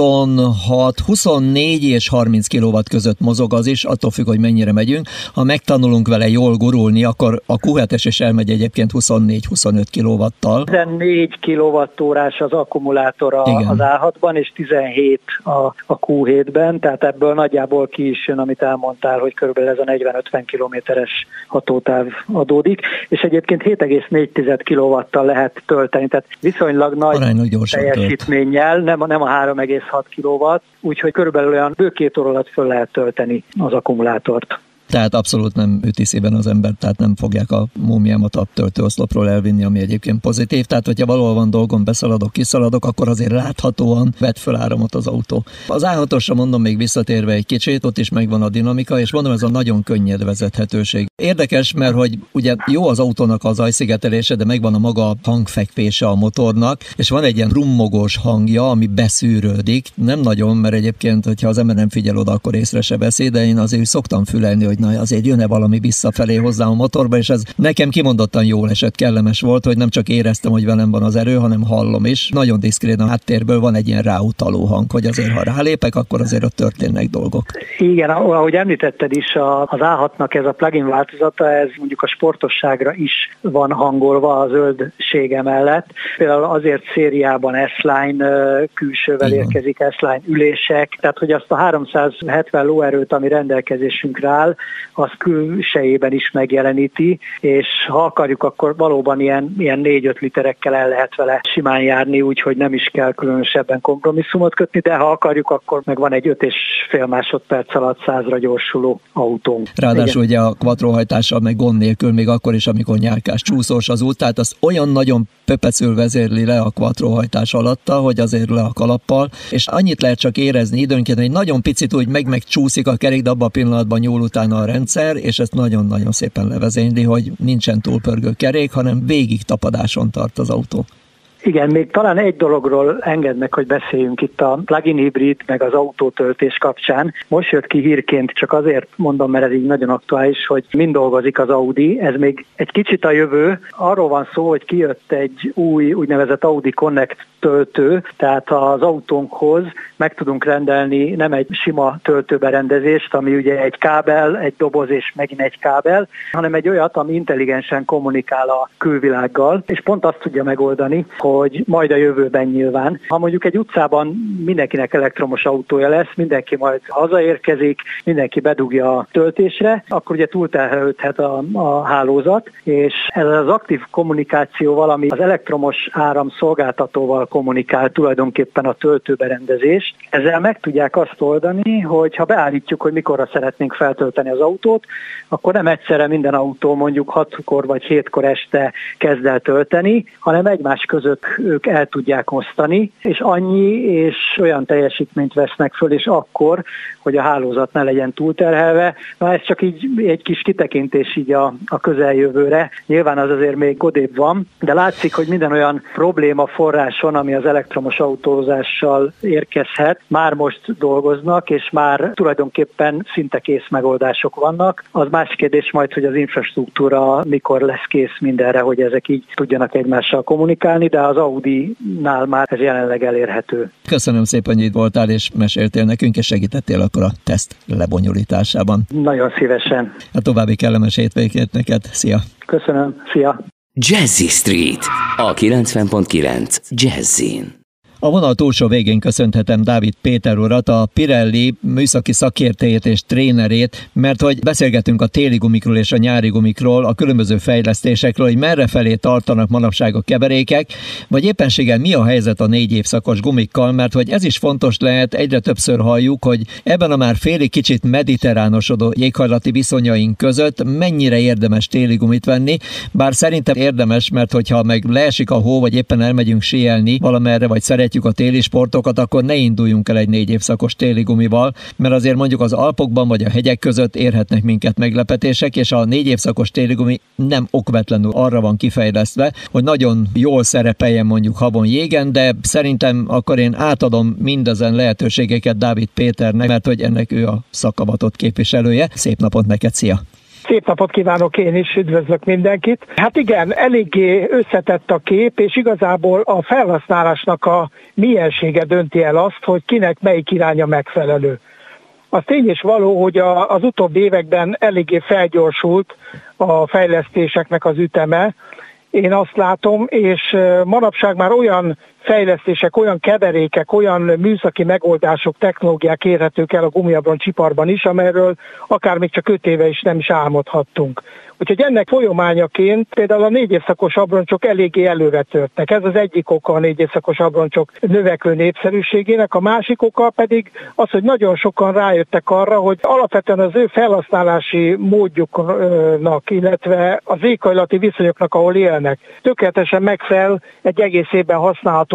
26, 24 és 30 kW között mozog az is, attól függ, hogy mennyire megyünk. Ha megtanulunk vele jól gurulni, akkor a Q7-es is elmegy egyébként 24-25 kW-tal. 14 kWh az akkumulátora az A6-ban, és 17 a Q7-ben, tehát ebből nagyjából ki is jön, amit elmondtál, hogy körülbelül ez a 40-50 kilométeres hatótáv adódik, és egyébként 7,4 kW-tal lehet tölteni, tehát viszonylag nagy teljesítménnyel, nem a 3,6 kW, úgyhogy körülbelül olyan bő 2 óra alatt föl lehet tölteni az akkumulátort. Tehát abszolút nem üti szíven az ember, tehát nem fogják a múmiámat a töltőoszlopról elvinni, ami egyébként pozitív. Tehát, hogyha valahol van dolgom, beszaladok, kiszaladok, akkor azért láthatóan vett föl áramot az autó. Az A6-osra mondom még visszatérve egy kicsit, ott is megvan a dinamika, és mondom, ez a nagyon könnyed vezethetőség. Érdekes, mert hogy ugye jó az autónak a zajszigetelése, de megvan a maga hangfekvése a motornak, és van egy ilyen rummogós hangja, ami beszűrődik. Nem nagyon, mert egyébként, hogyha az ember nem figyel oda, akkor észre se veszi, de én azért szoktam fülelni, hogy hogy na azért jön-e valami visszafelé hozzám a motorba, és ez nekem kimondottan jól esett, kellemes volt, hogy nem csak éreztem, hogy velem van az erő, hanem hallom is. Nagyon diszkrét a háttérből van egy ilyen ráutaló hang, hogy azért ha rálépek, akkor azért ott történnek dolgok. Igen, ahogy említetted is, az A6-nak ez a plugin változata, ez mondjuk a sportosságra is van hangolva a zöldsége mellett. Például azért szériában S-Line külsővel érkezik, S-Line ülések, tehát hogy azt a 370 lóerőt, ami rendelkezésünkre áll, az külsejében is megjeleníti, és ha akarjuk, akkor valóban ilyen 4-5 literekkel el lehet vele simán járni, úgyhogy nem is kell különösebben kompromisszumot kötni, de ha akarjuk, akkor meg van egy 5,5 másodperc alatt 100-ra gyorsuló autónk. Ráadásul ugye a quattrohajtással meg gond nélkül, még akkor is, amikor nyálkás csúszós az út, tehát az olyan nagyon pöpecül vezérli le a quattrohajtás alatta, hogy azért le a kalappal, és annyit lehet csak érezni időnként, hogy nagyon picit úgy megcsúszik a kerék, de abban a pillanatban nyúl utána a rendszer, és ezt nagyon-nagyon szépen levezényli, hogy nincsen túlpörgő kerék, hanem végig tapadáson tart az autó. Igen, még talán egy dologról engedd meg, hogy beszéljünk itt a plug-in hibrid, meg az autótöltés kapcsán. Most jött ki hírként, csak azért mondom, mert ez így nagyon aktuális, hogy mind dolgozik az Audi. Ez még egy kicsit a jövő. Arról van szó, hogy kijött egy új úgynevezett Audi Connect töltő, tehát az autónkhoz meg tudunk rendelni nem egy sima töltőberendezést, ami ugye egy kábel, egy doboz és megint egy kábel, hanem egy olyat, ami intelligensen kommunikál a külvilággal, és pont azt tudja megoldani, hogy majd a jövőben nyilván. Ha mondjuk egy utcában mindenkinek elektromos autója lesz, mindenki majd hazaérkezik, mindenki bedugja a töltésre, akkor ugye túlterhelődhet a hálózat, és ez az aktív kommunikációval, ami az elektromos áram szolgáltatóval kommunikál tulajdonképpen a töltőberendezést, ezzel meg tudják azt oldani, hogy ha beállítjuk, hogy mikorra szeretnénk feltölteni az autót, akkor nem egyszerre minden autó mondjuk 6-kor vagy 7-kor este kezd el tölteni, hanem egymás között ők el tudják osztani, és annyi és olyan teljesítményt vesznek föl, és akkor, hogy a hálózat ne legyen túlterhelve. Na ez csak így egy kis kitekintés így a közeljövőre. Nyilván az azért még odébb van, de látszik, hogy minden olyan probléma forráson, ami az elektromos autózással érkezhet, már most dolgoznak, és már tulajdonképpen szinte kész megoldások vannak. Az más kérdés majd, hogy az infrastruktúra mikor lesz kész mindenre, hogy ezek így tudjanak egymással kommunikálni, de az Audi-nál már ez jelenleg elérhető. Köszönöm szépen, hogy itt voltál, és meséltél nekünk, és segítettél akkor a teszt lebonyolításában. Nagyon szívesen. A további kellemes hétvégét neked. Szia! Köszönöm. Szia! Jazzy Street, a 90.9 Jazzin. A vonal túlsó végén köszönhetem Dávid Péter urat, a Pirelli műszaki szakértőjét és trénerét, mert hogy beszélgetünk a téli gumikról és a nyári gumikról, a különböző fejlesztésekről, hogy merrefelé tartanak manapság a keverékek, vagy éppenséggel mi a helyzet a 4 évszakos gumikkal, mert hogy ez is fontos lehet, egyre többször halljuk, hogy ebben a már félig kicsit mediterránosodó éghajlati viszonyaink között mennyire érdemes téli gumit venni, bár szerintem érdemes, mert hogyha meg leesik a hó, vagy éppen elmegyünk síelni valamerre, vagy szeretjük a téli sportokat, akkor ne induljunk el egy 4 évszakos téli gumival, mert azért mondjuk az Alpokban vagy a hegyek között érhetnek minket meglepetések, és a 4 évszakos téli gumi nem okvetlenül arra van kifejlesztve, hogy nagyon jól szerepeljen mondjuk habon jégen, de szerintem akkor én átadom mindezen lehetőségeket Dávid Péternek, mert hogy ennek ő a szakavatott képviselője. Szép napot neked, szia! Szép napot kívánok, én is üdvözlök mindenkit. Hát igen, eléggé összetett a kép, és igazából a felhasználásnak a miensége dönti el azt, hogy kinek melyik iránya megfelelő. Az tény és való, hogy az utóbbi években eléggé felgyorsult a fejlesztéseknek az üteme, én azt látom, és manapság már olyan fejlesztések, olyan keverékek, olyan műszaki megoldások, technológiák érhetők el a gumiabroncsiparban is, amelyről akár még csak 5 éve is nem is álmodhattunk. Úgyhogy ennek folyamányaként például a 4 évszakos abroncsok eléggé előre törtek. Ez az egyik oka a 4 évszakos abroncsok növekvő népszerűségének, a másik oka pedig az, hogy nagyon sokan rájöttek arra, hogy alapvetően az ő felhasználási módjuknak, illetve az éghajlati viszonyoknak, ahol élnek, tökéletesen megfelel egy egész évben használható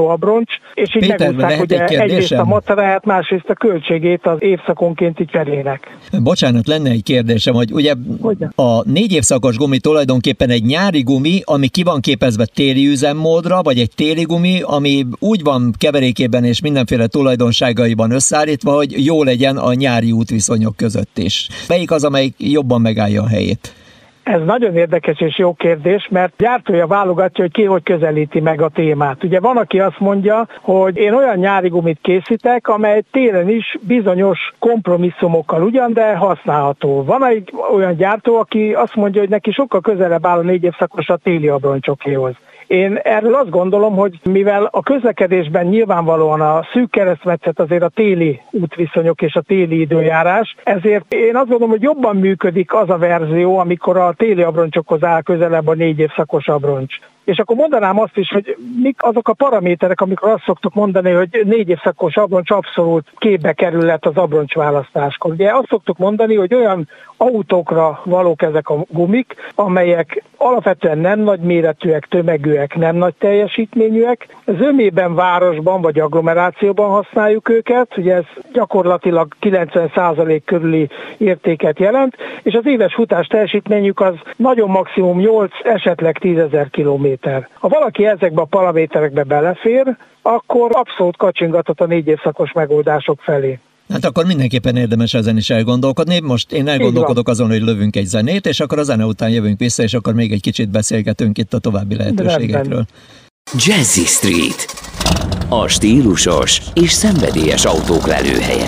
abroncs, és így Péter, megúszták ugye egyrészt a maceráját, másrészt a költségét az évszakonkénti cserének. Bocsánat, lenne egy kérdésem, hogy ugye a 4 évszakos gumi tulajdonképpen egy nyári gumi, ami ki van képezve téli üzemmódra, vagy egy téli gumi, ami úgy van keverékében és mindenféle tulajdonságaiban összeállítva, hogy jó legyen a nyári útviszonyok között is. Melyik az, amelyik jobban megállja a helyét? Ez nagyon érdekes és jó kérdés, mert gyártója válogatja, hogy ki hogy közelíti meg a témát. Ugye van, aki azt mondja, hogy én olyan nyári gumit készítek, amely télen is bizonyos kompromisszumokkal ugyan, de használható. Van egy olyan gyártó, aki azt mondja, hogy neki sokkal közelebb áll a 4 évszakos a téli abroncsokéhoz. Én erről azt gondolom, hogy mivel a közlekedésben nyilvánvalóan a szűk keresztmetszet azért a téli útviszonyok és a téli időjárás, ezért én azt gondolom, hogy jobban működik az a verzió, amikor a téli abroncsokhoz áll közelebb a 4 évszakos abroncs. És akkor mondanám azt is, hogy mik azok a paraméterek, amikor azt szoktuk mondani, hogy 4 évszakos abroncs abszolút képbe kerülhet az abroncs választáskor. Ugye azt szoktuk mondani, hogy olyan autókra valók ezek a gumik, amelyek alapvetően nem nagy méretűek, tömegűek, nem nagy teljesítményűek. Zömében, városban vagy agglomerációban használjuk őket, ugye ez gyakorlatilag 90% körüli értéket jelent, és az éves futás teljesítményük az nagyon maximum 8, esetleg 10 000 kilométer. Ha valaki ezekbe a paraméterekbe belefér, akkor abszolút kacsingatott a 4 évszakos megoldások felé. Hát akkor mindenképpen érdemes ezen is elgondolkodni. Most én elgondolkodok azon, hogy lövünk egy zenét, és akkor a zene után jövünk vissza, és akkor még egy kicsit beszélgetünk itt a további lehetőségekről. Jazzy Street, a stílusos és szenvedélyes autók lelőhelye.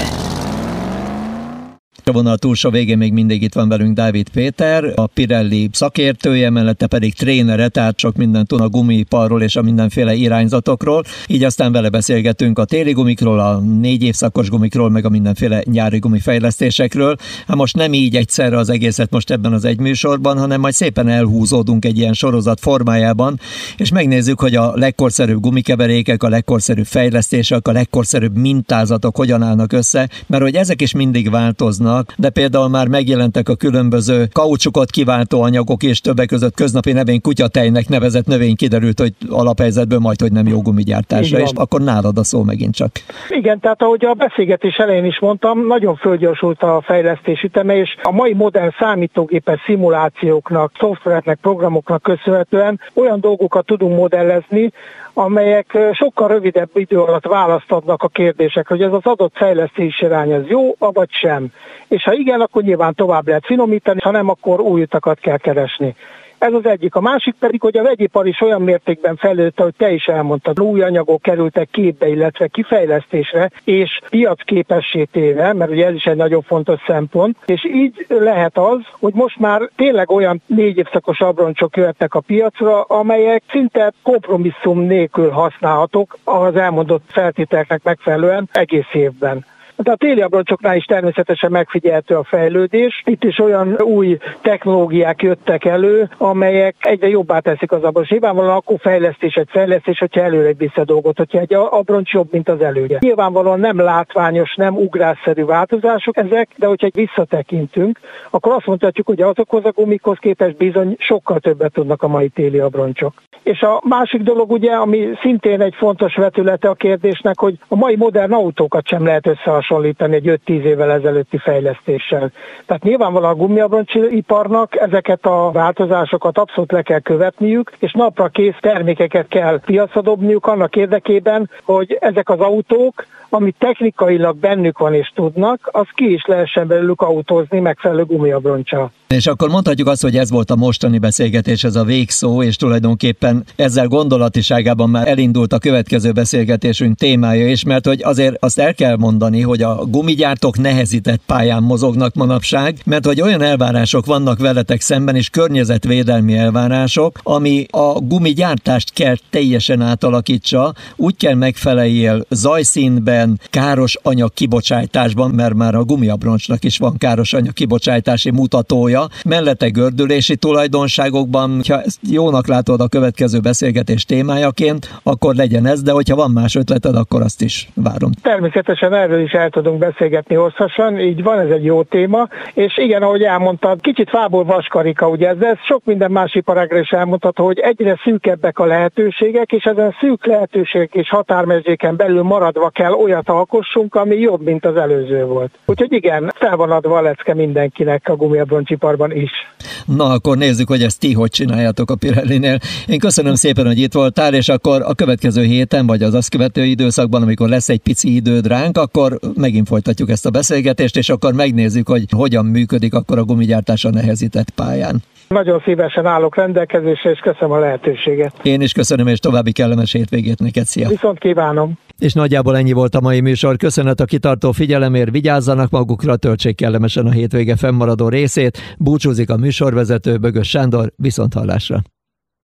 A vonal túlsó végén még mindig itt van velünk Dávid Péter, a Pirelli szakértője, mellette pedig trénere, tehát sok mindent tud a gumiiparról és a mindenféle irányzatokról. Így aztán vele beszélgetünk a téli gumikról, a 4 évszakos gumikról, meg a mindenféle nyári gumifejlesztésekről. Hát most nem így egyszerre az egészet most ebben az egy műsorban, hanem majd szépen elhúzódunk egy ilyen sorozat formájában, és megnézzük, hogy a legkorszerűbb gumikeverékek, a legkorszerűbb fejlesztések, a legkorszerűbb mintázatok hogyan állnak össze, mert hogy ezek is mindig változnak, de például már megjelentek a különböző kaucsukot kiváltó anyagok, és többek között köznapi nevén kutyatejnek nevezett növény kiderült, hogy alaphelyzetből majd, hogy nem jó gumigyártásra, és akkor nálad a szó megint csak. Igen, tehát ahogy a beszélgetés elején is mondtam, nagyon fölgyorsult a fejlesztés üteme, és a mai modern számítógépes szimulációknak, szoftvereknek, programoknak köszönhetően olyan dolgokat tudunk modellezni, amelyek sokkal rövidebb idő alatt választ adnak a kérdésekre, hogy ez az adott fejlesztési irány az jó, avagy sem. És ha igen, akkor nyilván tovább lehet finomítani, ha nem, akkor új utakat kell keresni. Ez az egyik. A másik pedig, hogy a vegyipar is olyan mértékben fejlődött, hogy te is elmondtad, új anyagok kerültek képbe, illetve kifejlesztésre, és piacképessé téve, mert ugye ez is egy nagyon fontos szempont, és így lehet az, hogy most már tényleg olyan 4 évszakos abroncsok jöhetnek a piacra, amelyek szinte kompromisszum nélkül használhatók az elmondott feltételeknek megfelelően egész évben. De a téli abroncsoknál is természetesen megfigyelhető a fejlődés. Itt is olyan új technológiák jöttek elő, amelyek egyre jobbá teszik az abroncs. Nyilvánvalóan akkor fejlesztés, hogyha előre visz a dolgot, hogyha egy abroncs jobb, mint az elődje. Nyilvánvalóan nem látványos, nem ugrásszerű változások ezek, de hogyha visszatekintünk, akkor azt mondhatjuk, hogy azokhoz a gumikhoz képest bizony sokkal többet tudnak a mai téli abroncsok. És a másik dolog ugye, ami szintén egy fontos vetülete a kérdésnek, hogy a mai modern autókat sem lehet összehasonlítani egy 5-10 évvel ezelőtti fejlesztéssel. Tehát nyilvánvalóan a gumiabroncsiparnak ezeket a változásokat abszolút le kell követniük, és napra kész termékeket kell piacra dobniuk annak érdekében, hogy ezek az autók, ami technikailag bennük van és tudnak, az ki is lehessen belőlük autózni megfelelő gumiabroncsal. És akkor mondhatjuk azt, hogy ez volt a mostani beszélgetés, ez a végszó, és tulajdonképpen ezzel gondolatiságában már elindult a következő beszélgetésünk témája is, mert hogy azért azt el kell mondani, hogy a gumigyártók nehezített pályán mozognak manapság, mert hogy olyan elvárások vannak veletek szemben, és környezetvédelmi elvárások, ami a gumigyártást kell teljesen átalakítsa, úgy kell megfeleljél zajszínben, káros anyag kibocsátásban, mert már a gumiabroncsnak is van káros anyag kibocsátási mutatója, mellette gördülési tulajdonságokban, ha ezt jónak látod a következő beszélgetés témájaként, akkor legyen ez, de hogyha van más ötleted, akkor azt is várom. Természetesen erről is el tudunk beszélgetni hosszasan, így van, ez egy jó téma, és igen, ahogy elmondtad, kicsit fából vaskarika, ugye, de ez sok minden más iparágra is elmondható, hogy egyre szűkebbek a lehetőségek, és ezen szűk lehetőségek és határmezséken belül maradva kell olyat alkossunk, ami jobb, mint az előző volt. Úgyhogy igen, fel van adva a lecke mindenkinek a gumiabroncsiparban is. Na, akkor nézzük, hogy ezt ti hogy csináljátok a Pirellinél. Én köszönöm szépen, hogy itt voltál, és akkor a következő héten, vagy az azt követő időszakban, amikor lesz egy pici időd ránk, akkor megint folytatjuk ezt a beszélgetést, és akkor megnézzük, hogy hogyan működik akkor a gumigyártás a nehezített pályán. Nagyon szívesen állok rendelkezésre, és köszönöm a lehetőséget. Én is köszönöm, és további kellemes hétvégét neked, szia! Viszont kívánom! És nagyjából ennyi volt a mai műsor. Köszönet a kitartó figyelemért, vigyázzanak magukra, töltsék kellemesen a hétvége fennmaradó részét. Búcsúzik a műsorvezető, Bögös Sándor, viszonthallásra!